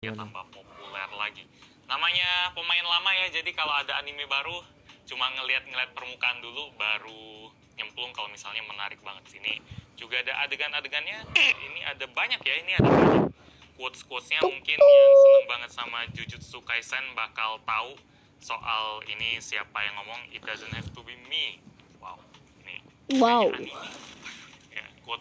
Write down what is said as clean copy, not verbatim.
ya tambah populer lagi. Namanya pemain lama ya, jadi kalau ada anime baru cuma ngeliat permukaan dulu baru nyemplung kalau misalnya menarik banget. Sini juga ada adegan-adegannya, ini ada banyak ya, ini ada banyak quotes-quotesnya. Mungkin yang seneng banget sama Jujutsu Kaisen bakal tahu soal ini siapa yang ngomong, it doesn't have to be me. Wow, ini Wow. anime